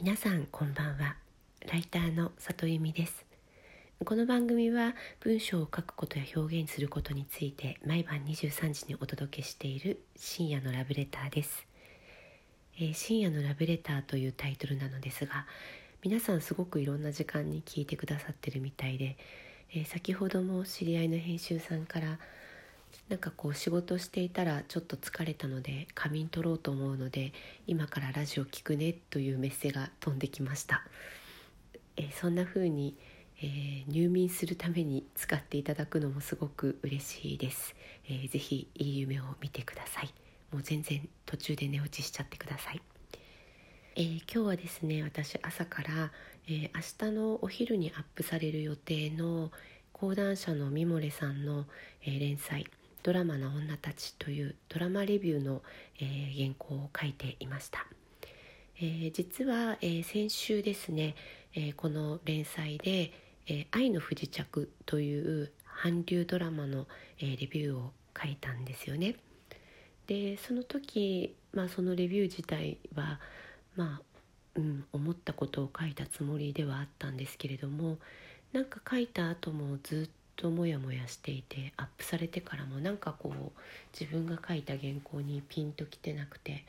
皆さんこんばんは。ライターの里由美です。この番組は文章を書くことや表現することについて毎晩23時にお届けしている深夜のラブレターです。深夜のラブレターというタイトルなのですが、皆さんすごくいろんな時間に聞いてくださってるみたいで、先ほども知り合いの編集さんから仕事していたらちょっと疲れたので仮眠取ろうと思うので今からラジオ聞くねというメッセが飛んできました。そんな風に、入眠するために使っていただくのもすごく嬉しいです。ぜひいい夢を見てください。もう全然途中で寝落ちしちゃってください。今日はですね、私朝から、明日のお昼にアップされる予定の講談社のミモレさんの、連載ドラマの女たちというドラマレビューの、原稿を書いていました。実は、先週ですね、この連載で、愛の不時着という韓流ドラマの、レビューを書いたんですよね。でその時、そのレビュー自体は思ったことを書いたつもりではあったんですけれども、書いた後もずっとモヤモヤしていて、アップされてからも自分が書いた原稿にピンときてなくて、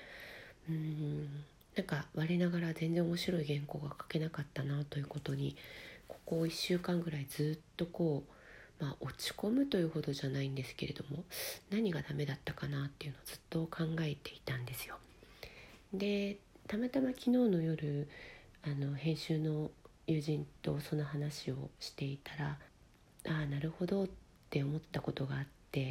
我ながら全然面白い原稿が書けなかったなということに、ここ1週間ぐらいずっと落ち込むというほどじゃないんですけれども、何がダメだったかなっていうのをずっと考えていたんですよ。でたまたま昨日の夜編集の友人とその話をしていたら、なるほどって思ったことがあって、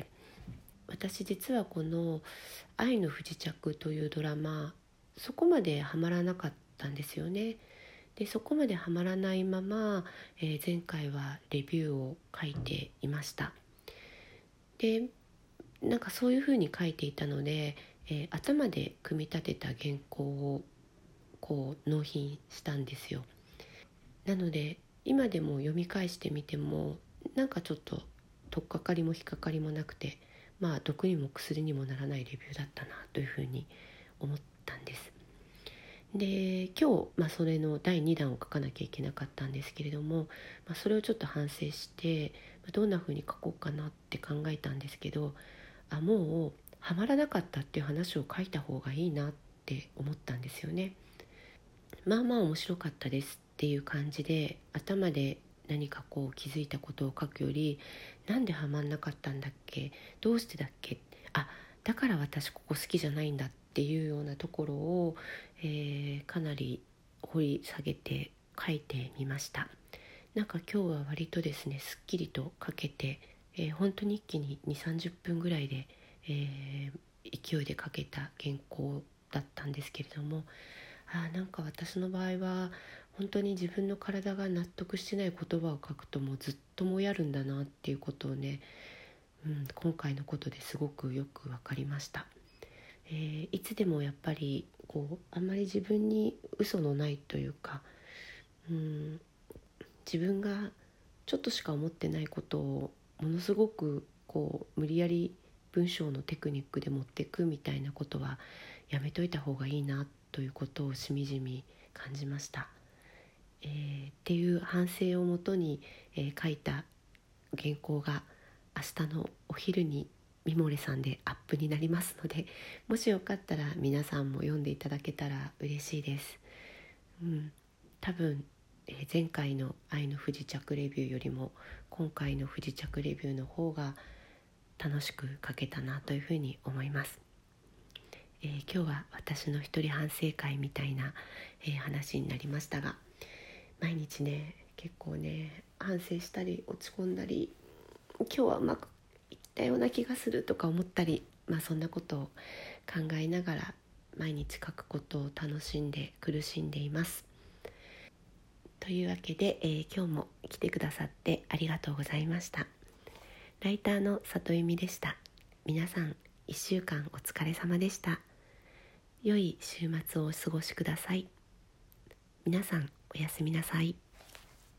私実はこの愛の不時着というドラマ、そこまでハマらなかったんですよね。でそこまでハマらないまま、前回はレビューを書いていました。でそういうふうに書いていたので、頭で組み立てた原稿を納品したんですよ。なので今でも読み返してみてもちょっと取っかかりも引っかかりもなくて、毒にも薬にもならないレビューだったなというふうに思ったんです。で今日、それの第2弾を書かなきゃいけなかったんですけれども、それをちょっと反省して、どんなふうに書こうかなって考えたんですけど、もうハマらなかったっていう話を書いた方がいいなって思ったんですよね。面白かったですっていう感じで頭で何か気づいたことを書くより、なんでハマんなかったんだっけ、どうしてだっけ、だから私ここ好きじゃないんだっていうようなところを、かなり掘り下げて書いてみました。今日は割とですね、すっきりと書けて、本当に一気に 2,30 分ぐらいで、勢いで書けた原稿だったんですけれども、私の場合は本当に自分の体が納得してない言葉を書くともうずっともやるんだなっていうことをね、今回のことですごくよく分かりました。いつでもやっぱりあんまり自分に嘘のないというか、自分がちょっとしか思ってないことをものすごく無理やり文章のテクニックで持っていくみたいなことはやめといた方がいいなということをしみじみ感じました。っていう反省をもとに、書いた原稿が明日のお昼にミモレさんでアップになりますので、もしよかったら皆さんも読んでいただけたら嬉しいです。多分、前回の愛の不時着レビューよりも今回の不時着レビューの方が楽しく書けたなというふうに思います。今日は私の一人反省会みたいな、話になりましたが、毎日ね結構ね反省したり落ち込んだり、今日はうまくいったような気がするとか思ったり、そんなことを考えながら毎日書くことを楽しんで苦しんでいます。というわけで、今日も来てくださってありがとうございました。ライターの里由美でした。皆さん1週間お疲れ様でした。良い週末をお過ごしください。皆さんおやすみなさい。